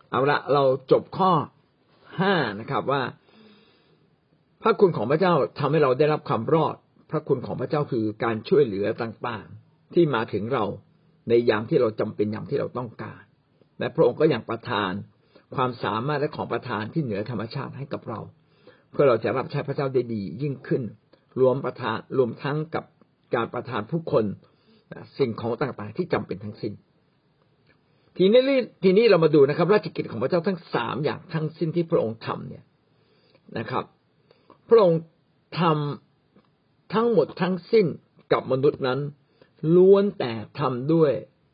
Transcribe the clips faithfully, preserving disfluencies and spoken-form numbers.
เอาละเราจบข้อห้านะครับว่าพระคุณของพระเจ้าทำให้เราได้รับความรอดพระคุณของพระเจ้าคือการช่วยเหลือต่างๆที่มาถึงเราในยามที่เราจำเป็นยามที่เราต้องการและพระองค์ก็ยังประทานความสามารถและของประทานที่เหนือธรรมชาติให้กับเราเพื่อเราจะรับใช้พระเจ้าได้ดียิ่งขึ้นรวมประทานรวมทั้งกับการประทานผู้คนสิ่งของต่างๆที่จำเป็นทั้งสิ้นทีนี้ทีนี้เรามาดูนะครับราชกิจของพระเจ้าทั้งสามอย่างทั้งสิ้นที่พระองค์ทำเนี่ยนะครับพระองค์ทำทั้งหมดทั้งสิ้นกับมนุษย์นั้นล้วนแต่ทำด้วย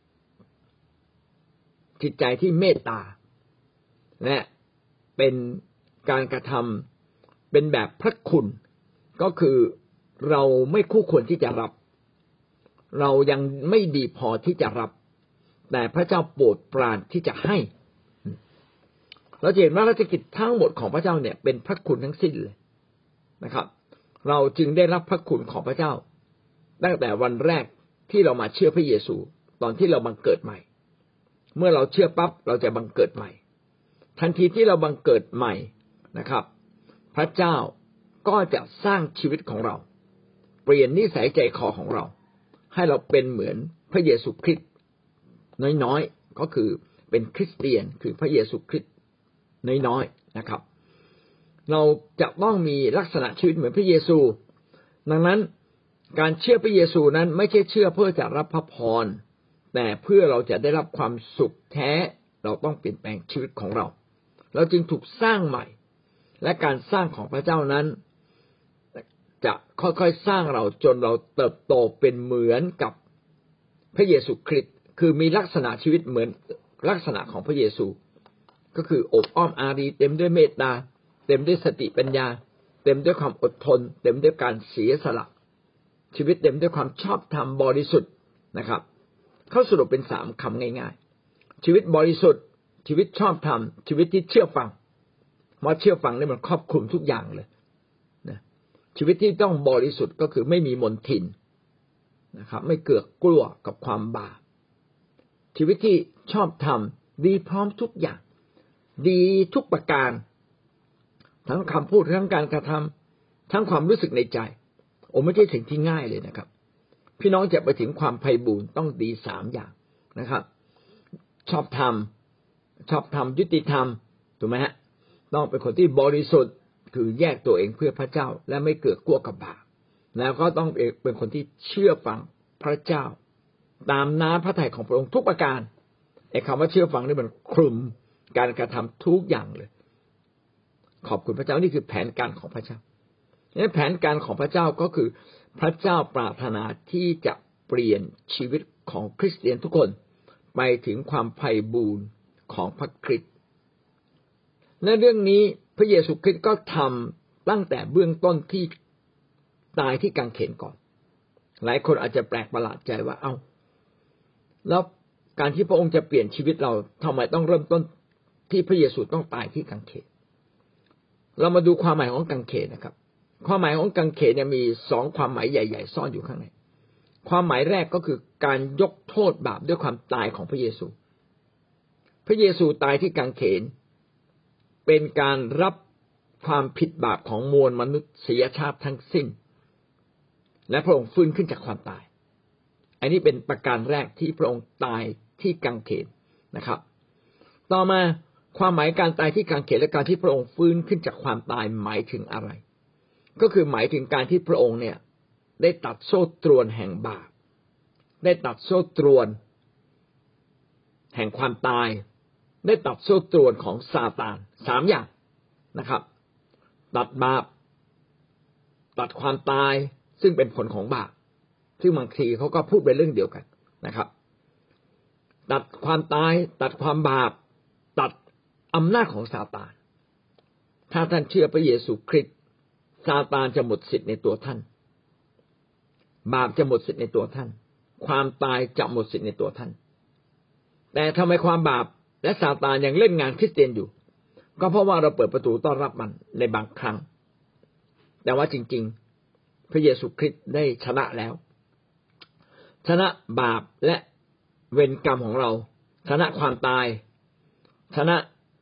จิตใจที่เมตตาและเป็นการกระทำเป็นแบบพระคุณก็คือเราไม่คู่ควรที่จะรับเรายังไม่ดีพอที่จะรับแต่พระเจ้าโปรดปรานที่จะให้เราเห็นว่าราชกิจทั้งหมดของพระเจ้าเนี่ยเป็นพระคุณทั้งสิ้นเลยนะครับเราจึงได้รับพระคุณของพระเจ้าตั้งแต่วันแรกที่เรามาเชื่อพระเยซูตอนที่เราบังเกิดใหม่เมื่อเราเชื่อปั๊บเราจะบังเกิดใหม่ทันทีที่เราบังเกิดใหม่นะครับพระเจ้าก็จะสร้างชีวิตของเราเปลี่ยนนิสัยใจคอของเราให้เราเป็นเหมือนพระเยซูคริสต์น้อยๆก็คือเป็นคริสเตียนคือพระเยซูคริสต์น้อยๆนะครับเราจะต้องมีลักษณะชีวิตเหมือนพระเยซูดังนั้นการเชื่อพระเยซูนั้นไม่ใช่เชื่อเพื่อจะรับพระพรแต่เพื่อเราจะได้รับความสุขแท้เราต้องเปลี่ยนแปลงชีวิตของเราเราจึงถูกสร้างใหม่และการสร้างของพระเจ้านั้นจะค่อยๆสร้างเราจนเราเติบโตเป็นเหมือนกับพระเยซูคริสต์คือมีลักษณะชีวิตเหมือนลักษณะของพระเยซูก็คืออบอ้อมอารีเต็มด้วยเมตตาเต็มด้วยสติปัญญาเต็มด้วยความอดทนเต็มด้วยการเสียสละชีวิตเต็มด้วยความชอบธรรมบริสุทธิ์นะครับเขาสรุปเป็นสามคำง่ายๆชีวิตบริสุทธิ์ชีวิตชอบธรรมชีวิตที่เชื่อฟังเพราะเชื่อฟังนี่มันครอบคลุมทุกอย่างเลยนะชีวิตที่ต้องบริสุทธิ์ก็คือไม่มีมลทินนะครับไม่เกือกกลัวกับความบาปชีวิตที่ชอบธรรมดีพร้อมทุกอย่างดีทุกประการทั้งคำพูดทั้งการกระทำทั้งความรู้สึกในใจโอ้ไม่ใช่สิ่งที่ง่ายเลยนะครับพี่น้องจะไปถึงความไพบูลย์ต้องดีสามอย่างนะครับชอบธรรมชอบธรรมยุติธรรมถูกไหมฮะต้องเป็นคนที่บริสุทธิ์คือแยกตัวเองเพื่อพระเจ้าและไม่เกือกกลัวกับบาปแล้วก็ต้องเป็นคนที่เชื่อฟังพระเจ้าตามน้ำพระทัยของพระองค์ทุกประการไอ้คำว่าเชื่อฟังนี่มันคลุมการกระทำทุกอย่างเลยขอบคุณพระเจ้านี่คือแผนการของพระเจ้าและแผนการของพระเจ้าก็คือพระเจ้าปรารถนาที่จะเปลี่ยนชีวิตของคริสเตียนทุกคนไปถึงความไพบูลย์ของพระคริสต์ในเรื่องนี้พระเยซูคริสต์ก็ทำตั้งแต่เบื้องต้นที่ตายที่กางเขนก่อนหลายคนอาจจะแปลกประหลาดใจว่าเอ้าแล้วการที่พระองค์จะเปลี่ยนชีวิตเราทำไมต้องเริ่มต้นที่พระเยซูต้องตายที่กางเขนเรามาดูความหมายของกางเขนนะครับความหมายของกางเขนเนี่ยมีสองความหมายใหญ่ๆซ่อนอยู่ข้างในความหมายแรกก็คือการยกโทษบาปด้วยความตายของพระเยซูพระเยซูตายที่กางเขนเป็นการรับความผิดบาปของมวลมนุษยชาติทั้งสิ้นและพระองค์ฟื้นขึ้นจากความตายอันนี้เป็นประการแรกที่พระองค์ตายที่กางเขนนะครับต่อมาความหมายการตายที่กางเขนและการที่พระองค์ฟื้นขึ้นจากความตายหมายถึงอะไรก็คือหมายถึงการที่พระองค์เนี่ยได้ตัดโซ่ตรวนแห่งบาปได้ตัดโซ่ตรวนแห่งความตายได้ตัดโซ่ตรวนของซาตานสามอย่างนะครับตัดบาปตัดความตายซึ่งเป็นผลของบาปซึ่งบางทีเขาก็พูดเป็นเรื่องเดียวกันนะครับตัดความตายตัดความบาปตัดอำนาจของซาตานถ้าท่านเชื่อพระเยซูคริสต์ซาตานจะหมดสิทธิ์ในตัวท่านบาปจะหมดสิทธิ์ในตัวท่านความตายจะหมดสิทธิ์ในตัวท่านแต่ทำไมความบาปและซาตานยังเล่นงานคริสเตียนอยู่ก็เพราะว่าเราเปิดประตูต้อนรับมันในบางครั้งแต่ว่าจริงๆพระเยซูคริสต์ได้ชนะแล้วชนะบาปและเวรกรรมของเราชนะความตายชนะ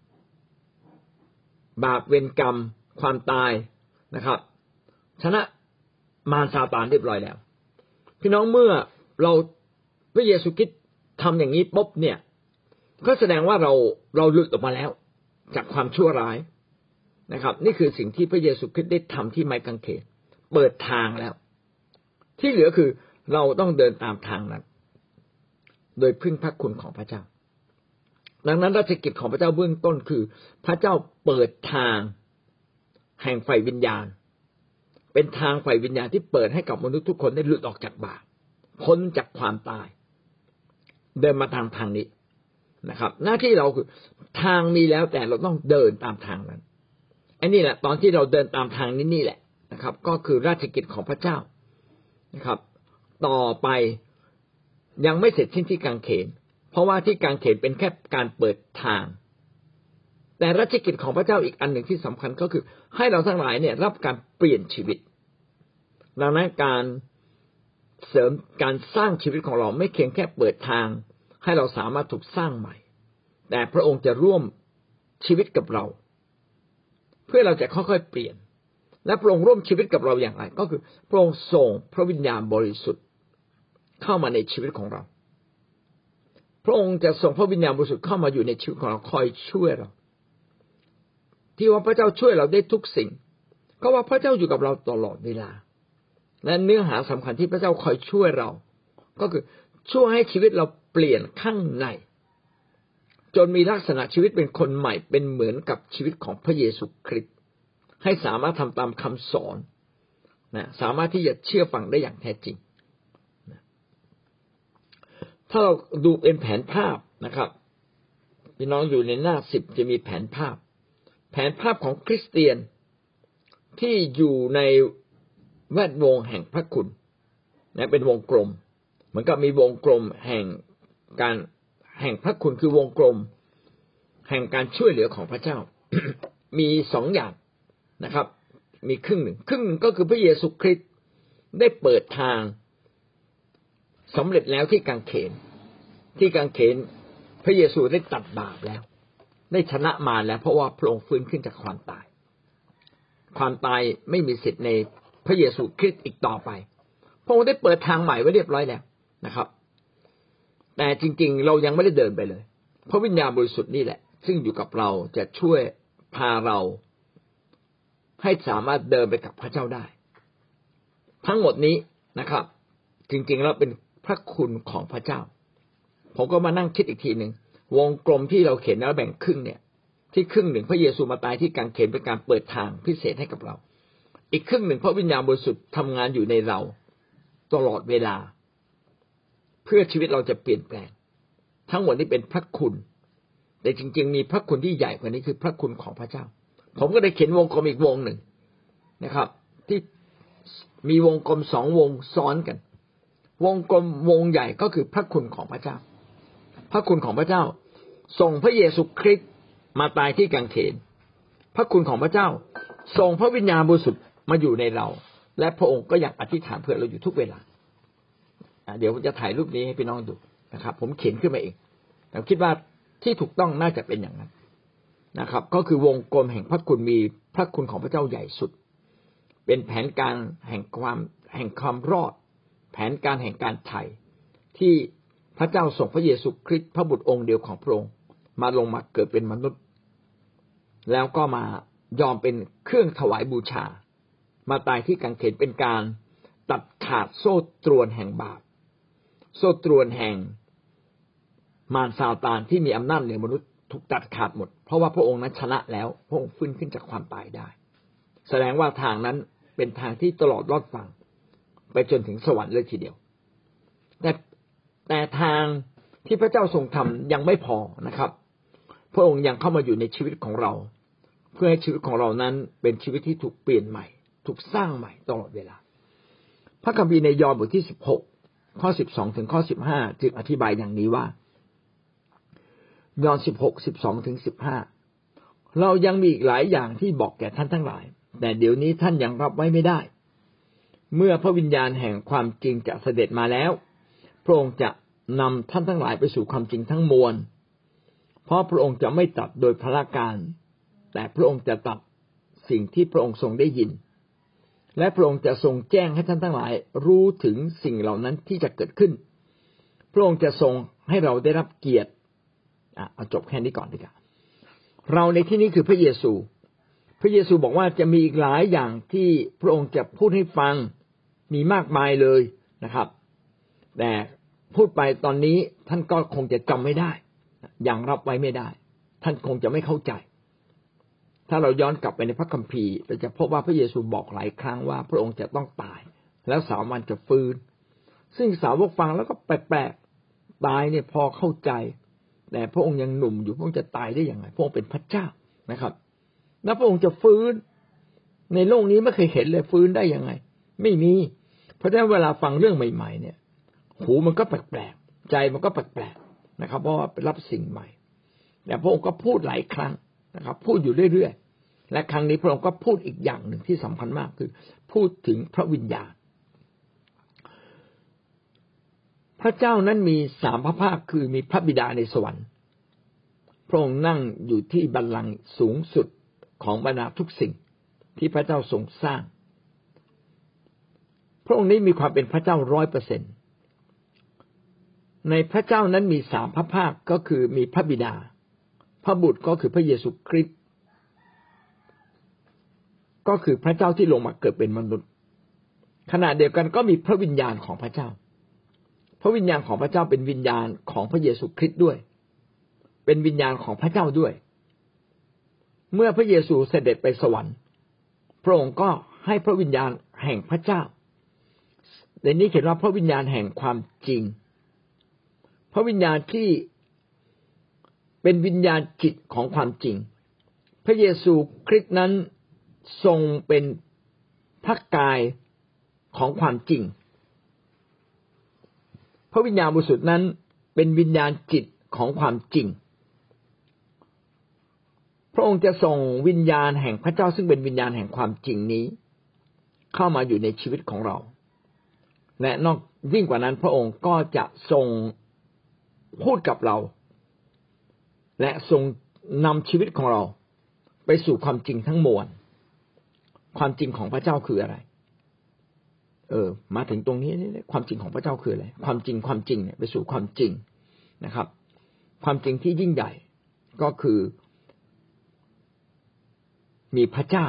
บาปเวรกรรมความตายนะครับชนะมารซาตานเรียบร้อยแล้วพี่น้องเมื่อเราพระเยซูคริสต์ทำอย่างนี้ปุ๊บเนี่ยก็แสดงว่าเราเราหลุดออกมาแล้วจากความชั่วร้ายนะครับนี่คือสิ่งที่พระเยซูคริสต์ได้ทำที่ไม้กางเขนเปิดทางแล้วที่เหลือคือเราต้องเดินตามทางนั้นโดยพึ่งพระคุณของพระเจ้าดังนั้นราชกิจของพระเจ้าเบื้องต้นคือพระเจ้าเปิดทางแห่งไฟวิญญาณเป็นทางไฟวิญญาณที่เปิดให้กับมนุษย์ทุกคนได้หลุดออกจากบาปพ้นจากความตายเดินมาทางทางนี้นะครับหน้าที่เราคือทางมีแล้วแต่เราต้องเดินตามทางนั้นอันนี้แหละตอนที่เราเดินตามทางนี้นี่แหละนะครับก็คือราชกิจของพระเจ้านะครับต่อไปยังไม่เสร็จสิ้นที่กางเขนเพราะว่าที่กางเขนเป็นแค่การเปิดทางแต่ราชกิจของพระเจ้าอีกอันหนึ่งที่สำคัญก็คือให้เราทั้งหลายเนี่ยรับการเปลี่ยนชีวิตดังนั้นการเสริมการสร้างชีวิตของเราไม่เพียงแค่เปิดทางให้เราสามารถถูกสร้างใหม่แต่พระองค์จะร่วมชีวิตกับเราเพื่อเราจะค่อยๆเปลี่ยนและพระองค์ร่วมชีวิตกับเราอย่างไรก็คือพระองค์ส่งพระวิญญาณบริสุทธิ์เข้ามาในชีวิตของเราพระองค์จะส่งพระวิญญาณบริสุทธิ์เข้ามาอยู่ในชีวิตของเราคอยช่วยเราที่ว่าพระเจ้าช่วยเราได้ทุกสิ่งก็ว่าพระเจ้าอยู่กับเราตลอดเวลาและเนื้อหาสำคัญที่พระเจ้าคอยช่วยเราก็คือช่วยให้ชีวิตเราเปลี่ยนข้างในจนมีลักษณะชีวิตเป็นคนใหม่เป็นเหมือนกับชีวิตของพระเยซูคริสต์ให้สามารถทำตามคำสอนนะสามารถที่จะเชื่อฟังได้อย่างแท้จริงนะถ้าเราดูเป็นแผนภาพนะครับพี่น้องอยู่ในหน้าสิบจะมีแผนภาพแผนภาพของคริสเตียนที่อยู่ในแวดวงแห่งพระคุณนะเป็นวงกลมเหมือนกับมีวงกลมแห่งการแห่งพระคุณคือวงกลมแห่งการช่วยเหลือของพระเจ้า มีสองอย่างนะครับมีครึ่งหนึ่งครึ่งหนึ่งก็คือพระเยซูคริสต์ได้เปิดทางสำเร็จแล้วที่กางเขนที่กางเขนพระเยซูได้ตัดบาปแล้วได้ชนะมารแล้วเพราะว่าพระองค์ฟื้นขึ้นจากความตายความตายไม่มีสิทธิ์ในพระเยซูคริสต์อีกต่อไปพระองค์ได้เปิดทางใหม่ไว้เรียบร้อยแล้วนะครับแต่จริงๆเรายังไม่ได้เดินไปเลยพระวิญญาณบริสุทธิ์นี่แหละซึ่งอยู่กับเราจะช่วยพาเราให้สามารถเดินไปกับพระเจ้าได้ทั้งหมดนี้นะครับจริงๆแล้วเป็นพระคุณของพระเจ้าผมก็มานั่งคิดอีกทีหนึ่งวงกลมที่เราเขียนแล้วแบ่งครึ่งเนี่ยที่ครึ่งหนึ่งพระเยซูมาตายที่กางเขนเป็นการเปิดทางพิเศษให้กับเราอีกครึ่งหนึ่งพระวิญญาณบริสุทธิ์ทำงานอยู่ในเราตลอดเวลาเพื่อชีวิตเราจะเปลี่ยนแปลงทั้งหมดนี้เป็นพระคุณแต่จริงๆมีพระคุณที่ใหญ่กว่านี้คือพระคุณของพระเจ้าผมก็ได้เขียนวงกลมอีกวงหนึ่งนะครับที่มีวงกลมสองวงซ้อนกันวงกลมวงใหญ่ก็คือพระคุณของพระเจ้าพระคุณของพระเจ้าส่งพระเยซูคริสต์มาตายที่กางเขนพระคุณของพระเจ้าส่งพระวิญญาณบริสุทธิ์มาอยู่ในเราและพระองค์ก็อยากอธิษฐานเพื่อเราอยู่ทุกเวลาเดี๋ยวผมจะถ่ายรูปนี้ให้พี่น้องดูนะครับผมเขียนขึ้นมาเองแต่คิดว่าที่ถูกต้องน่าจะเป็นอย่างนั้นนะครับก็คือวงกลมแห่งพระคุณมีพระคุณของพระเจ้าใหญ่สุดเป็นแผนการแห่งความแห่งความรอดแผนการแห่งการไถ่ที่พระเจ้าส่งพระเยซูคริสต์พระบุตรองค์เดียวของพระองค์มาลงมาเกิดเป็นมนุษย์แล้วก็มายอมเป็นเครื่องถวายบูชามาตายที่กางเขนเป็นการตัดขาดโซ่ตรวนแห่งบาปโซ่ตรวนแห่งมารซาตานที่มีอำนาจเหนือมนุษย์ถูกตัดขาดหมดเพราะว่าพระองค์นั้นชนะแล้วพระองค์ฟื้นขึ้นจากความตายได้แสดงว่าทางนั้นเป็นทางที่ตลอดรอดฝั่งไปจนถึงสวรรค์เลยทีเดียวแต่แต่ทางที่พระเจ้าทรงทำยังไม่พอนะครับพระองค์ยังเข้ามาอยู่ในชีวิตของเราเพื่อให้ชีวิตของเรานั้นเป็นชีวิตที่ถูกเปลี่ยนใหม่ถูกสร้างใหม่ตลอดเวลาพระคัมภีร์ในยอห์นบทที่สิบหกข้อสิบสองถึงข้อสิบห้าจึงอธิบายอย่างนี้ว่ายอห์นสิบหก สิบสองถึงสิบห้าเรายังมีอีกหลายอย่างที่บอกแก่ท่านทั้งหลายแต่เดี๋ยวนี้ท่านยังรับไว้ไม่ได้เมื่อพระวิญญาณแห่งความจริงจะเสด็จมาแล้วพระองค์จะนำท่านทั้งหลายไปสู่ความจริงทั้งมวลเพราะพระองค์จะไม่ตรัสโดยพละการแต่พระองค์จะตรัสสิ่งที่พระองค์ทรงได้ยินและพระองค์จะทรงแจ้งให้ท่านทั้งหลายรู้ถึงสิ่งเหล่านั้นที่จะเกิดขึ้นพระองค์จะทรงให้เราได้รับเกียรติอ่ะเอาจบแค่นี้ก่อนดีกว่าเราในที่นี้คือพระเยซูพระเยซูบอกว่าจะมีอีกหลายอย่างที่พระองค์จะพูดให้ฟังมีมากมายเลยนะครับแต่พูดไปตอนนี้ท่านก็คงจะจำไม่ได้ยังรับไว้ไม่ได้ท่านคงจะไม่เข้าใจถ้าเราย้อนกลับไปในพระคัมภีร์เราจะพบว่าพระเยซูบอกหลายครั้งว่าพระองค์จะต้องตายแล้วสามวันจะฟื้นซึ่งสาวกฟังแล้วก็แปลกๆตายเนี่ยพอเข้าใจแต่พระองค์ยังหนุ่มอยู่พระองค์จะตายได้อย่างไรพระองค์เป็นพระเจ้านะครับแล้วพระองค์จะฟื้นในโลกนี้ไม่เคยเห็นเลยฟื้นได้ยังไงไม่มีเพราะฉะนั้นเวลาฟังเรื่องใหม่ๆเนี่ยหูมันก็แปลกๆใจมันก็แปลกๆนะครับเพราะว่าไปรับสิ่งใหม่แต่พระองค์ก็พูดหลายครั้งนะครับพูดอยู่เรื่อยๆและครั้งนี้พระองค์ก็พูดอีกอย่างหนึ่งที่สำคัญมากคือพูดถึงพระวิญญาณพระเจ้านั้นมีสามพระภาคคือมีพระบิดาในสวรรค์พระองค์นั่งอยู่ที่บัลลังก์สูงสุดของบรรดาทุกสิ่งที่พระเจ้าทรงสร้างพระองค์นี้มีความเป็นพระเจ้าร้อยเปอร์เซ็นต์ในพระเจ้านั้นมีสามพระภาคก็คือมีพระบิดาพระบุตรก็คือพระเยซูคริสต์ก็คือพระเจ้าที่ลงมาเกิดเป็นมนุษย์ขณะเดียวกันก็มีพระวิญญาณของพระเจ้าพระวิญญาณของพระเจ้าเป็นวิญญาณของพระเยซูคริสต์ด้วยเป็นวิญญาณของพระเจ้าด้วยเมื่อพระเยซูเสด็จไปสวรรค์พระองค์ก็ให้พระวิญญาณแห่งพระเจ้าในนี้เขียนว่าพระวิญญาณแห่งความจริงพระวิญญาณที่เป็นวิญญาณจิตของความจริงพระเยซูคริสต์นั้นทรงเป็นพระกายของความจริงพระวิญญาณบริสุทธิ์นั้นเป็นวิญญาณจิตของความจริงพระองค์จะส่งวิญญาณแห่งพระเจ้าซึ่งเป็นวิญญาณแห่งความจริงนี้เข้ามาอยู่ในชีวิตของเราและนอกยิ่งกว่านั้นพระองค์ก็จะทรงพูดกับเราและทรงนำชีวิตของเราไปสู่ความจริงทั้งมวลความจริงของพระเจ้าคืออะไรเออมาถึงตรงนี้ความจริงของพระเจ้าคืออะไรความจริงความจริงเนี่ยไปสู่ความจริงนะครับความจริงที่ยิ่งใหญ่ก็คือมีพระเจ้า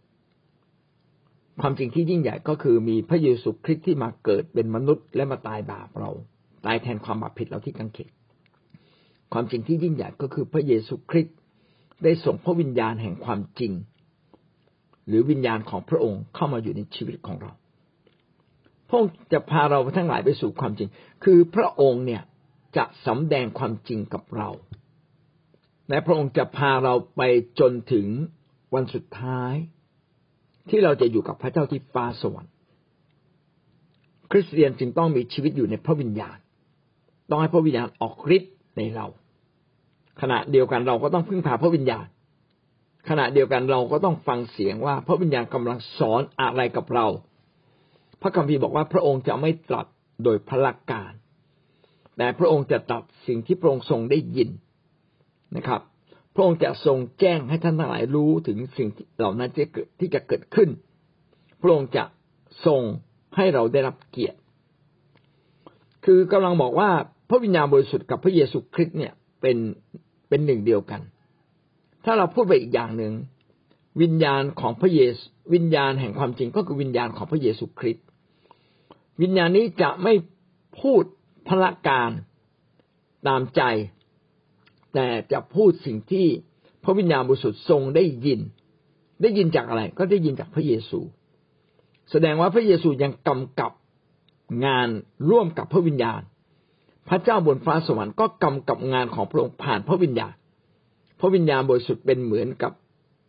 ความจริงที่ยิ่งใหญ่ก็คือมีพระเยซูคริสต์ที่มาเกิดเป็นมนุษย์และมาตายบาปเราตายแทนความบาปผิดเราที่กางเขนความจริงที่ยิ่งใหญ่ก็คือพระเยซูคริสต์ได้ส่งพระวิญญาณแห่งความจริงหรือวิญญาณของพระองค์เข้ามาอยู่ในชีวิตของเราพระองค์จะพาเราทั้งหลายไปสู่ความจริงคือพระองค์เนี่ยจะสำแดงความจริงกับเราและพระองค์จะพาเราไปจนถึงวันสุดท้ายที่เราจะอยู่กับพระเจ้าที่ฟ้าสวรรค์คริสเตียนจึงต้องมีชีวิตอยู่ในพระวิญญาณต้องให้พระวิญญาณออกฤทธิ์ในเราขณะเดียวกันเราก็ต้องพึ่งพาพระวิญญาณขณะเดียวกันเราก็ต้องฟังเสียงว่าพระวิญญาณกำลังสอนอะไรกับเราพระคัมภีร์บอกว่าพระองค์จะไม่ตรัสโดยพละการแต่พระองค์จะตรัสสิ่งที่พระองค์ทรงได้ยินนะครับพระองค์จะทรงแจ้งให้ท่านทั้งหลายรู้ถึงสิ่งเหล่านั้นที่เกิดที่จะเกิดขึ้นพระองค์จะทรงให้เราได้รับเกียรติคือกำลังบอกว่าพระวิญญาณบริสุทธิ์กับพระเยซูคริสต์เนี่ยเป็นเป็นหนึ่งเดียวกันถ้าเราพูดไปอีกอย่างหนึ่งวิญญาณของพระเยซูวิญญาณแห่งความจริงก็คือวิญญาณของพระเยซูคริสต์วิญญาณนี้จะไม่พูดพละการตามใจแต่จะพูดสิ่งที่พระวิญญาณบริสุทธิ์ทรงได้ยินได้ยินจากอะไรก็ได้ยินจากพระเยซูแสดงว่าพระเยซูยังกำกับงานร่วมกับพระวิญญาณพระเจ้าบนฟ้าสวรรค์ก็กำกับงานของพระองค์ผ่านพระวิญญาณพระวิญญาณบริสุทธิ์เป็นเหมือนกับ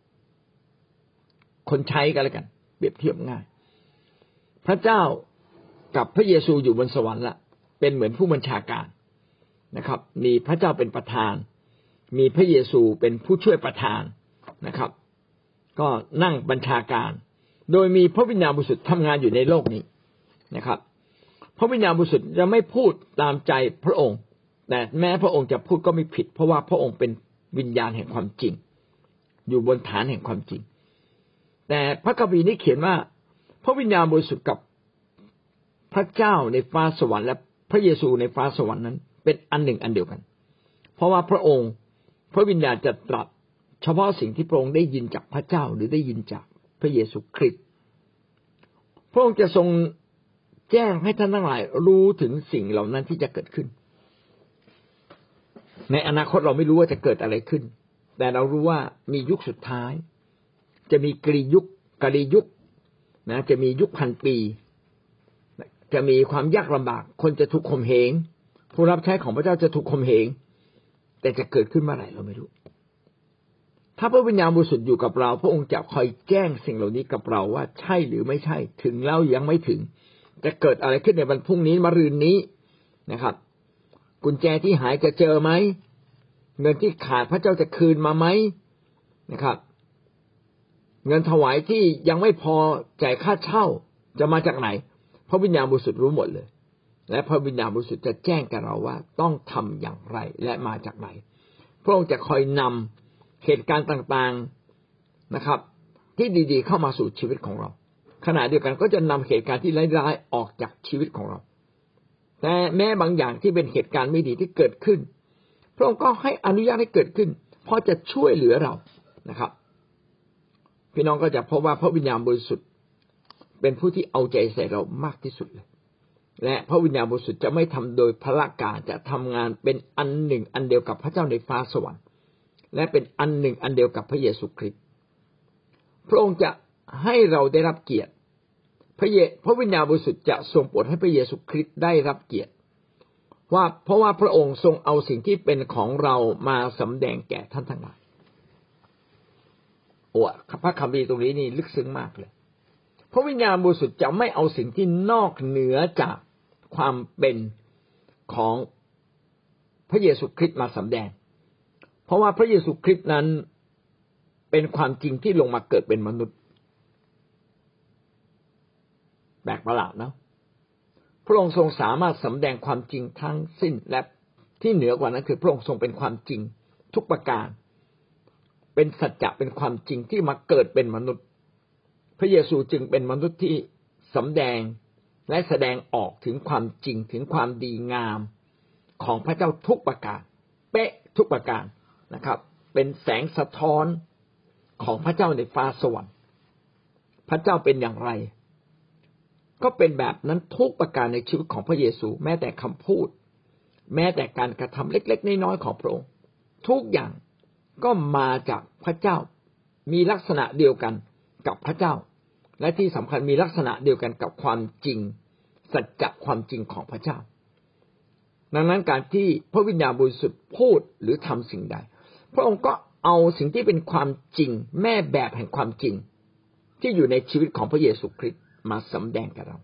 คนใช้กันแล้วกันเปรียบเทียบง่ายพระเจ้ากับพระเยซูอยู่บนสวรรค์ละเป็นเหมือนผู้บัญชาการนะครับมีพระเจ้าเป็นประธานมีพระเยซูเป็นผู้ช่วยประธานนะครับก็นั่งบัญชาการโดยมีพระวิญญาณบริสุทธิ์ทำงานอยู่ในโลกนี้นะครับพระวิญญาณบริสุทธิ์จะไม่พูดตามใจพระองค์แต่แม้พระองค์จะพูดก็ไม่ผิดเพราะว่าพระองค์เป็นวิญญาณแห่งความจริงอยู่บนฐานแห่งความจริงแต่พระคัมภีร์นี้เขียนว่าพระวิญญาณบริสุทธิ์กับพระเจ้าในฟ้าสวรรค์และพระเยซูในฟ้าสวรรค์นั้นเป็นอันหนึ่งอันเดียวกันเพราะว่าพระองค์พระวิญญาณจะตรัสเฉพาะสิ่งที่พระองค์ได้ยินจากพระเจ้าหรือได้ยินจากพระเยซูคริสต์พระองค์จะทรงแจ้งให้ท่านทั้งหลายรู้ถึงสิ่งเหล่านั้นที่จะเกิดขึ้นในอนาคตเราไม่รู้ว่าจะเกิดอะไรขึ้นแต่เรารู้ว่ามียุคสุดท้ายจะมีกรียุคกรียุคนะจะมียุคพันปีจะมีความยากลำบากคนจะถูกข่มเหงผู้รับใช้ของพระเจ้าจะถูกข่มเหงแต่จะเกิดขึ้นเมื่อไหร่เราไม่รู้ถ้าพระวิญญาณบริสุทธิ์อยู่กับเราพระองค์จะคอยแจ้งสิ่งเหล่านี้กับเราว่าใช่หรือไม่ใช่ถึงแล้วยังไม่ถึงจะเกิดอะไรขึ้นในวันพรุ่งนี้มะรืนนี้นะครับกุญแจที่หายจะเจอไหมเงินที่ขาดพระเจ้าจะคืนมาไหมนะครับเงินถวายที่ยังไม่พอจ่ายค่าเช่าจะมาจากไหนพระวิญญาณบริสุทธิ์รู้หมดเลยและพระวิญญาณบริสุทธิ์จะแจ้งกับเราว่าต้องทำอย่างไรและมาจากไหนพระองค์จะคอยนำเหตุการณ์ต่างๆนะครับที่ดีๆเข้ามาสู่ชีวิตของเราขณะเดียวกันก็จะนำเหตุการณ์ที่ร้ายๆออกจากชีวิตของเราแต่แม้บางอย่างที่เป็นเหตุการณ์ไม่ดีที่เกิดขึ้นพระองค์ก็ให้อนุญาตให้เกิดขึ้นเพราะจะช่วยเหลือเรานะครับพี่น้องก็จะพบว่าพระวิญญาณบริสุทธิ์เป็นผู้ที่เอาใจใส่เรามากที่สุดเลยและพระวิญญาณบริสุทธิ์จะไม่ทำโดยพละการจะทำงานเป็นอันหนึ่งอันเดียวกับพระเจ้าในฟ้าสวรรค์และเป็นอันหนึ่งอันเดียวกับพระเยซูคริสต์พระองค์จะให้เราได้รับเกียรติพระเยพระวิญญาณบริสุทธิ์จะทรงโปรดให้พระเยซูคริสต์ได้รับเกียรติว่าเพราะว่าพระองค์ทรงเอาสิ่งที่เป็นของเรามาสำแดงแก่ท่านทั้งหลายโอ้พระคัมภีร์ตรงนี้นี่ลึกซึ้งมากเลยพระวิญญาณบริสุทธิ์จะไม่เอาสิ่งที่นอกเหนือจากความเป็นของพระเยซูคริสต์มาสำแดงเพราะว่าพระเยซูคริสต์นั้นเป็นความจริงที่ลงมาเกิดเป็นมนุษย์แปลกประหลาดนะพระองค์ทรงสามารถสำแดงความจริงทั้งสิ้นและที่เหนือกว่านั้นคือพระองค์ทรงเป็นความจริงทุกประการเป็นสัจจะเป็นความจริงที่มาเกิดเป็นมนุษย์พระเยซูจึงเป็นมนุษย์ที่สำแดงและแสดงออกถึงความจริงถึงความดีงามของพระเจ้าทุกประการเป๊ะทุกประการนะครับเป็นแสงสะท้อนของพระเจ้าในฟ้าสวรรค์พระเจ้าเป็นอย่างไรก็เป็นแบบนั้นทุกประการในชีวิตของพระเยซูแม้แต่คำพูดแม้แต่การกระทำเล็กๆน้อยๆของพระองค์ทุกอย่างก็มาจากพระเจ้ามีลักษณะเดียวกันกับพระเจ้าและที่สำคัญมีลักษณะเดียวกันกับความจริงสัจจะความจริงของพระเจ้าดังนั้นการที่พระวิญญาณบริสุทธิ์พูดหรือทำสิ่งใดพระองค์ก็เอาสิ่งที่เป็นความจริงแม่แบบแห่งความจริงที่อยู่ในชีวิตของพระเยซูคริสต์มาสำแดงกับเรา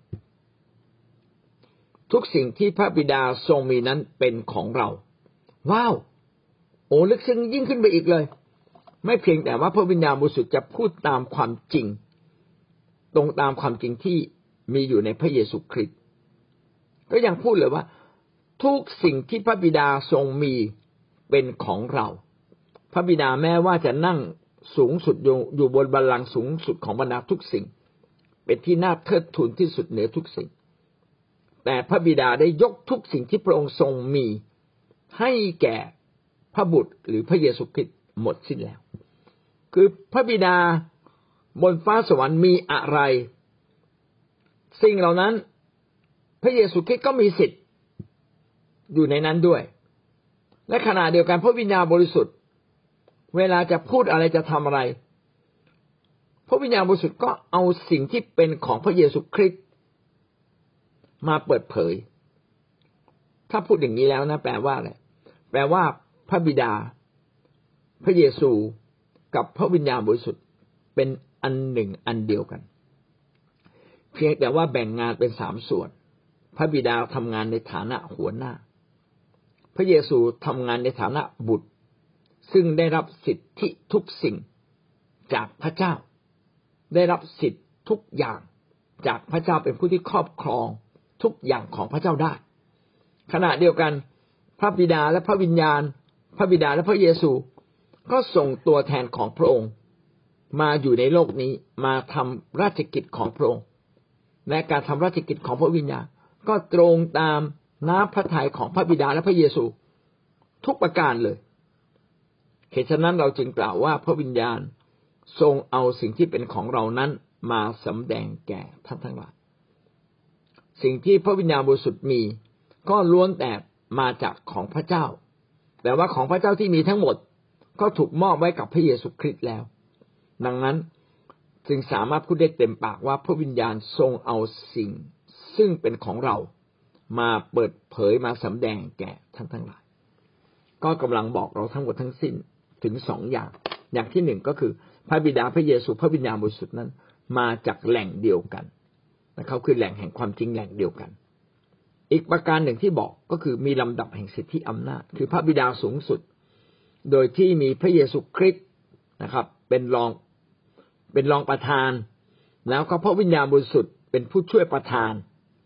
ทุกสิ่งที่พระบิดาทรงมีนั้นเป็นของเราว้าวโอ้ลึกซึ้งยิ่งขึ้นไปอีกเลยไม่เพียงแต่ว่าพระวิญญาณบริสุทธิ์จะพูดตามความจริงตรงตามความจริงที่มีอยู่ในพระเยซูคริสต์ก็ยังพูดเลยว่าทุกสิ่งที่พระบิดาทรงมีเป็นของเราพระบิดาแม้ว่าจะนั่งสูงสุดอยู่บนบัลลังก์สูงสุดของบรรดาทุกสิ่งเป็นที่น่าเทิดทูนที่สุดเหนือทุกสิ่งแต่พระบิดาได้ยกทุกสิ่งที่พระองค์ทรงมีให้แก่พระบุตรหรือพระเยซูคริสต์หมดสิ้นแล้วคือพระบิดาบนฟ้าสวรรค์มีอะไรสิ่งเหล่านั้นพระเยซูคริสต์ก็มีสิทธิ์อยู่ในนั้นด้วยและขณะเดียวกันพระวิญญาณบริสุทธิ์เวลาจะพูดอะไรจะทำอะไรพระวิญญาณบริสุทธิ์ก็เอาสิ่งที่เป็นของพระเยซูคริสต์มาเปิดเผยถ้าพูดอย่างนี้แล้วนะแปลว่าอะไรแปลว่าพระบิดาพระเยซูกับพระวิญญาณบริสุทธิ์เป็นอันหนึ่งอันเดียวกันเพียงแต่ว่าแบ่งงานเป็นสามส่วนพระบิดาทำงานในฐานะหัวหน้าพระเยซูทำงานในฐานะบุตรซึ่งได้รับสิทธิทุกสิ่งจากพระเจ้าได้รับสิทธิทุกอย่างจากพระเจ้าเป็นผู้ที่ครอบครองทุกอย่างของพระเจ้าได้ขณะเดียวกันพระบิดาและพระวิญญาณพระบิดาและพระเยซูก็ส่งตัวแทนของพระองค์มาอยู่ในโลกนี้มาทำราชกิจของพระองค์และการทำราชกิจของพระวิญญาณก็ตรงตามน้ำพระทัยของพระบิดาและพระเยซูทุกประการเลยเหตุฉะนั้นเราจึงกล่าวว่าพระวิญญาณทรงเอาสิ่งที่เป็นของเรานั้นมาสำแดงแก่ท่านทั้งหลายสิ่งที่พระวิญญาณบริสุทธิ์มีก็ล้วนแต่มาจากของพระเจ้าแต่ว่าของพระเจ้าที่มีทั้งหมดก็ถูกมอบไว้กับพระเยซูคริสต์แล้วดังนั้นจึงสามารถพูดได้เต็มปากว่าพระวิญญาณทรงเอาสิ่งซึ่งเป็นของเรามาเปิดเผยมาสำแดงแก่ท่านทั้งหลายก็กำลังบอกเราทั้งหมดทั้งสิ้นถึงสองอย่างอย่างที่หนึ่งก็คือพระบิดาพระเยซูพระวิญญาณบริสุทธิ์นั้นมาจากแหล่งเดียวกันและเขาคือแหล่งแห่งความจริงแหล่งเดียวกันอีกประการหนึ่งที่บอกก็คือมีลำดับแห่งสิทธิอำนาจคือพระบิดาสูงสุดโดยที่มีพระเยซูคริสต์นะครับเป็นรองเป็นรองประธานแล้วก็พระวิญญาณบริสุทธิ์เป็นผู้ช่วยประธาน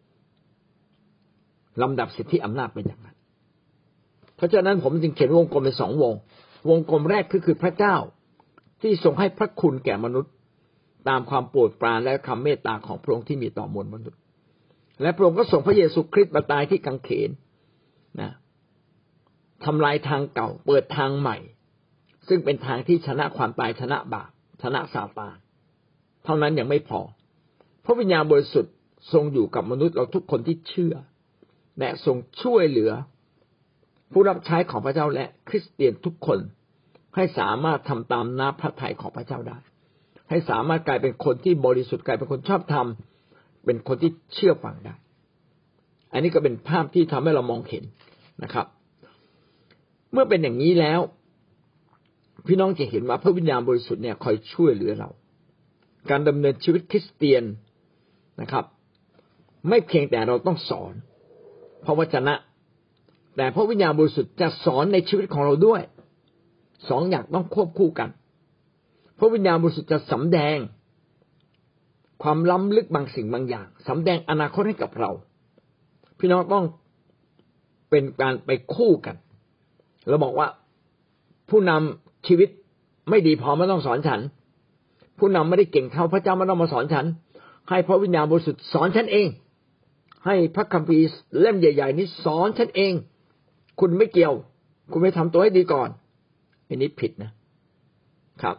ลำดับสิทธิอำนาจเป็นอย่างนั้นเพราะฉะนั้นผมจึงเขียนวงกลมเป็นสองวงวงกลมแรกก็คือพระเจ้าที่ทรงให้พระคุณแก่มนุษย์ตามความโปรดปรานและความเมตตาของพระองค์ที่มีต่อมวลมนุษย์และพระองค์ก็ส่งพระเยซูคริสต์มาตายที่กางเขนนะทำลายทางเก่าเปิดทางใหม่ซึ่งเป็นทางที่ชนะความตายชนะบาปชนะซาตานเท่านั้นยังไม่พอพระวิญญาณบริสุทธิ์ทรงอยู่กับมนุษย์เราทุกคนที่เชื่อและทรงช่วยเหลือผู้รับใช้ของพระเจ้าและคริสเตียนทุกคนให้สามารถทำตามน้ำพระทัยของพระเจ้าได้ให้สามารถกลายเป็นคนที่บริสุทธิ์กลายเป็นคนชอบธรรมเป็นคนที่เชื่อฟังได้อันนี้ก็เป็นภาพที่ทำให้เรามองเห็นนะครับเมื่อเป็นอย่างนี้แล้วพี่น้องจะเห็นว่าพระวิญญาณบริสุทธิ์เนี่ยคอยช่วยเหลือเราการดำเนินชีวิตคริสเตียนนะครับไม่เพียงแต่เราต้องสอนพระวจนะแต่พระวิญญาณบริสุทธิ์จะสอนในชีวิตของเราด้วยสองอย่างต้องควบคู่กันพระวิญญาณบริสุทธิ์จะสำแดงความล้ำลึกบางสิ่งบางอย่างสำแดงอนาคตให้กับเราพี่น้องต้องเป็นการไปคู่กันเราบอกว่าผู้นำชีวิตไม่ดีพอไม่ต้องสอนฉันผู้นำไม่ได้เก่งเท่าพระเจ้าไม่ต้องมาสอนฉันให้พระวิญญาณบริสุทธิ์สอนฉันเองให้พระคัมภีร์เล่มใหญ่ๆนี้สอนฉันเองคุณไม่เกี่ยวคุณไม่ทำตัวให้ดีก่อนอันนี้ผิดนะครับ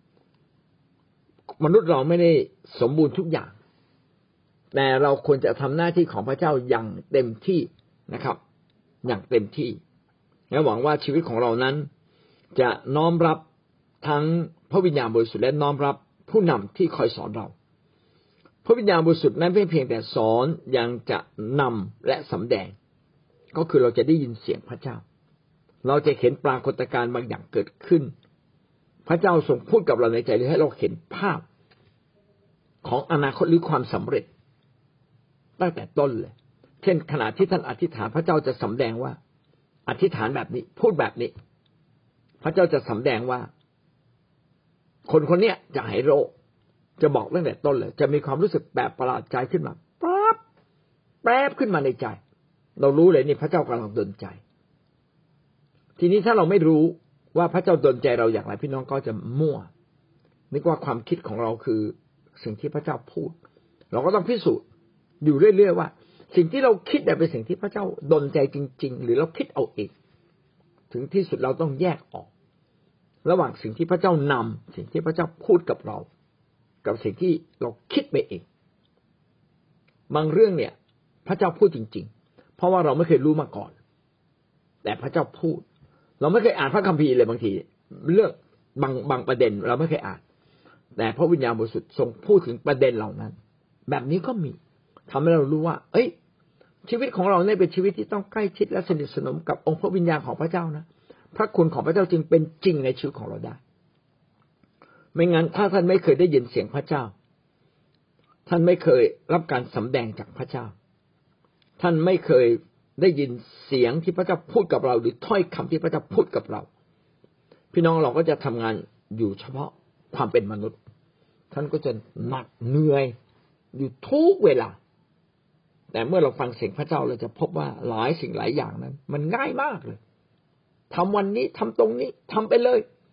มนุษย์เราไม่ได้สมบูรณ์ทุกอย่างแต่เราควรจะทำหน้าที่ของพระเจ้าอย่างเต็มที่นะครับอย่างเต็มที่และหวังว่าชีวิตของเรานั้นจะน้อมรับทั้งพระวิญญาณบริสุทธิ์และน้อมรับผู้นำที่คอยสอนเราพระวิญญาณบริสุทธิ์นั้นไม่เพียงแต่สอนยังจะนำและสำแดงก็คือเราจะได้ยินเสียงพระเจ้าเราจะเห็นปรากฏการณ์บางอย่างเกิดขึ้นพระเจ้าทรงพูดกับเราในใจหรือให้เราเห็นภาพของอนาคตหรือความสำเร็จตั้งแต่ต้นเลยเช่นขณะที่ท่านอธิษฐานพระเจ้าจะสำแดงว่าอธิษฐานแบบนี้พูดแบบนี้พระเจ้าจะสำแดงว่าคนคนนี้จะหายโรคจะบอกตั้งแต่ต้นเลยจะมีความรู้สึกแปลกประหลาดใจขึ้นมาปั๊บแปรบขึ้นมาในใจเรารู้เลยนี่พระเจ้ากำลังดลใจทีนี้ถ้าเราไม่รู้ว่าพระเจ้าดลใจเราอย่างไรพี่น้องก็จะมั่วนึกว่าความคิดของเราคือสิ่งที่พระเจ้าพูดเราก็ต้องพิสูจน์อยู่เรื่อยๆว่าสิ่งที่เราคิดเป็นสิ่งที่พระเจ้าดลใจจริงๆหรือเราคิดเอาเองถึงที่สุดเราต้องแยกออกระหว่างสิ่งที่พระเจ้านำสิ่งที่พระเจ้าพูดกับเรากับสิ่งที่เราคิดไปเองบางเรื่องเนี่ยพระเจ้าพูดจริงๆเพราะว่าเราไม่เคยรู้มาก่อนแต่พระเจ้าพูดเราไม่เคยอ่านพระคัมภีร์เลยบางทีเรื่องบางบางประเด็นเราไม่เคยอ่านแต่พระวิญญาณบริสุทธิ์ทรงพูดถึงประเด็นเหล่านั้นแบบนี้ก็มีทำให้เรารู้ว่าเอ้ยชีวิตของเราเนี่ยเป็นชีวิตที่ต้องใกล้ชิดและสนิทสนมกับองค์พระวิญญาณของพระเจ้านะพระคุณของพระเจ้าจึงเป็นจริงในชีวิตของเราได้ไม่งั้นถ้าท่านไม่เคยได้ยินเสียงพระเจ้าท่านไม่เคยรับการสำแดงจากพระเจ้าท่านไม่เคยได้ยินเสียงที่พระเจ้าพูดกับเราหรือถ้อยคำที่พระเจ้าพูดกับเราพี่น้องเราก็จะทำงานอยู่เฉพาะความเป็นมนุษย์ท่านก็จะหนักเหนื่อยอยู่ทุกเวลาแต่เมื่อเราฟังเสียงพระเจ้าเราจะพบว่าหลายสิ่งหลายอย่างนั้นมันง่ายมากเลยทำวันนี้ทำตรงนี้ทำไปเลย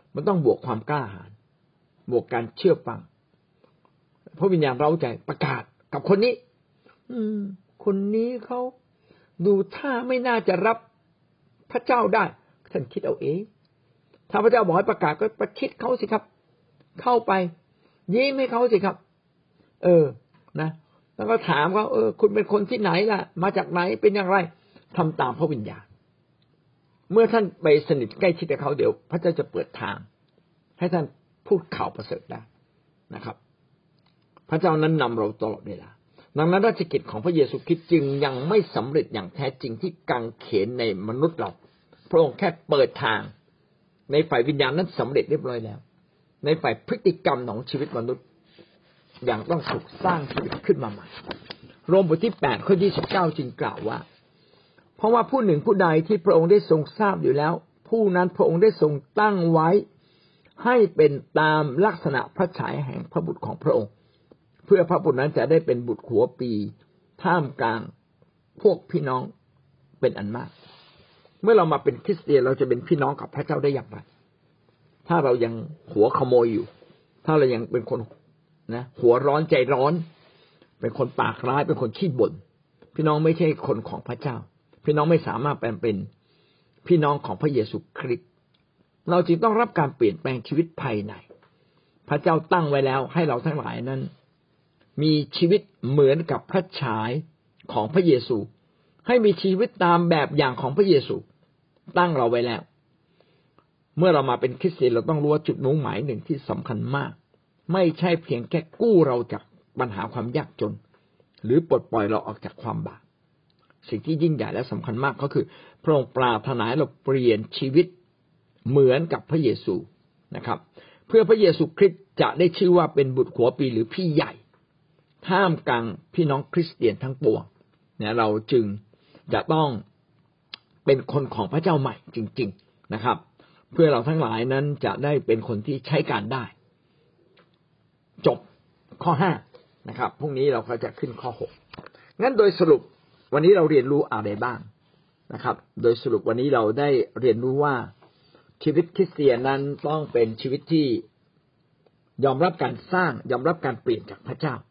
มันต้องบวกความกล้าหาญบวกการเชื่อฟังพระวิญญาณเร้าใจประกาศกับคนนี้อืมคนนี้เขาดูท่าไม่น่าจะรับพระเจ้าได้ท่านคิดเอาเองถ้าพระเจ้าบอกให้ประกาศก็ประชิดเขาสิครับเข้าไปยิ้มให้เขาสิครับเออนะแล้วก็ถามเขาเออคุณเป็นคนที่ไหนล่ะมาจากไหนเป็นอย่างไรทำตามพระวิญญาณเมื่อท่านไปสนิทใกล้ชิดกับเขาเดี๋ยวพระเจ้าจะเปิดทางให้ท่านพูดข่าวประเสริฐได้นะครับพระเจ้านั้นนำเราตลอดเวลาดังนั้นราชกิจของพระเยซูคริสต์จึงยังไม่สำเร็จอย่างแท้จริงที่กังเขนในมนุษย์เราพระองค์แค่เปิดทางในฝ่ายวิญญาณนั้นสำเร็จเรียบร้อยแล้วในฝ่ายพฤติกรรมของชีวิตมนุษย์อย่างต้องถูกสร้างชีวิตขึ้นมาใหม่โรมบทที่แปดข้อยี่สิบเก้าจึงกล่าวว่าเพราะว่าผู้หนึ่งผู้ใดที่พระองค์ได้ทรงทราบอยู่แล้วผู้นั้นพระองค์ได้ทรงตั้งไว้ให้เป็นตามลักษณะพระฉายแห่งพระบุตรของพระองค์เพื่อพระบุตรนั้นจะได้เป็นบุตรหัวปีท่ามกลางพวกพี่น้องเป็นอันมากเมื่อเรามาเป็นคริสเตียนเราจะเป็นพี่น้องกับพระเจ้าได้อย่างไรถ้าเรายังหัวขโมยอยู่ถ้าเรายังเป็นคนนะหัวร้อนใจร้อนเป็นคนปากร้ายเป็นคนขี้บ่นพี่น้องไม่ใช่คนของพระเจ้าพี่น้องไม่สามารถเป็นเป็นพี่น้องของพระเยซูคริสต์เราจึงต้องรับการเปลี่ยนแปลงชีวิตภายในพระเจ้าตั้งไว้แล้วให้เราทั้งหลายนั้นมีชีวิตเหมือนกับพระฉายของพระเยซูให้มีชีวิตตามแบบอย่างของพระเยซูตั้งเราไว้แล้วเมื่อเรามาเป็นคริสเตียนเราต้องรู้ว่าจุดมุ่งหมายหนึ่งที่สำคัญมากไม่ใช่เพียงแค่กู้เราจากปัญหาความยากจนหรือปลดปล่อยเราออกจากความบาปสิ่งที่ยิ่งใหญ่และสำคัญมากก็คือพระองค์ปรารถนาให้เราเปลี่ยนชีวิตเหมือนกับพระเยซูนะครับเพื่อพระเยซูคริสต์จะได้ชื่อว่าเป็นบุตรหัวปีหรือพี่ใหญ่ท่ามกลางพี่น้องคริสเตียนทั้งปวงเนี่ยเราจึงจะต้องเป็นคนของพระเจ้าใหม่จริงๆนะครับเพื่อเราทั้งหลายนั้นจะได้เป็นคนที่ใช้การได้จบข้อห้านะครับพรุ่งนี้เราก็จะขึ้นข้อหกงั้นโดยสรุปวันนี้เราเรียนรู้อะไรบ้างนะครับโดยสรุปวันนี้เราได้เรียนรู้ว่าชีวิตคริสเตียนนั้นต้องเป็นชีวิตที่ยอมรับการสร้างยอมรับการเปลี่ยนจากพระเจ้า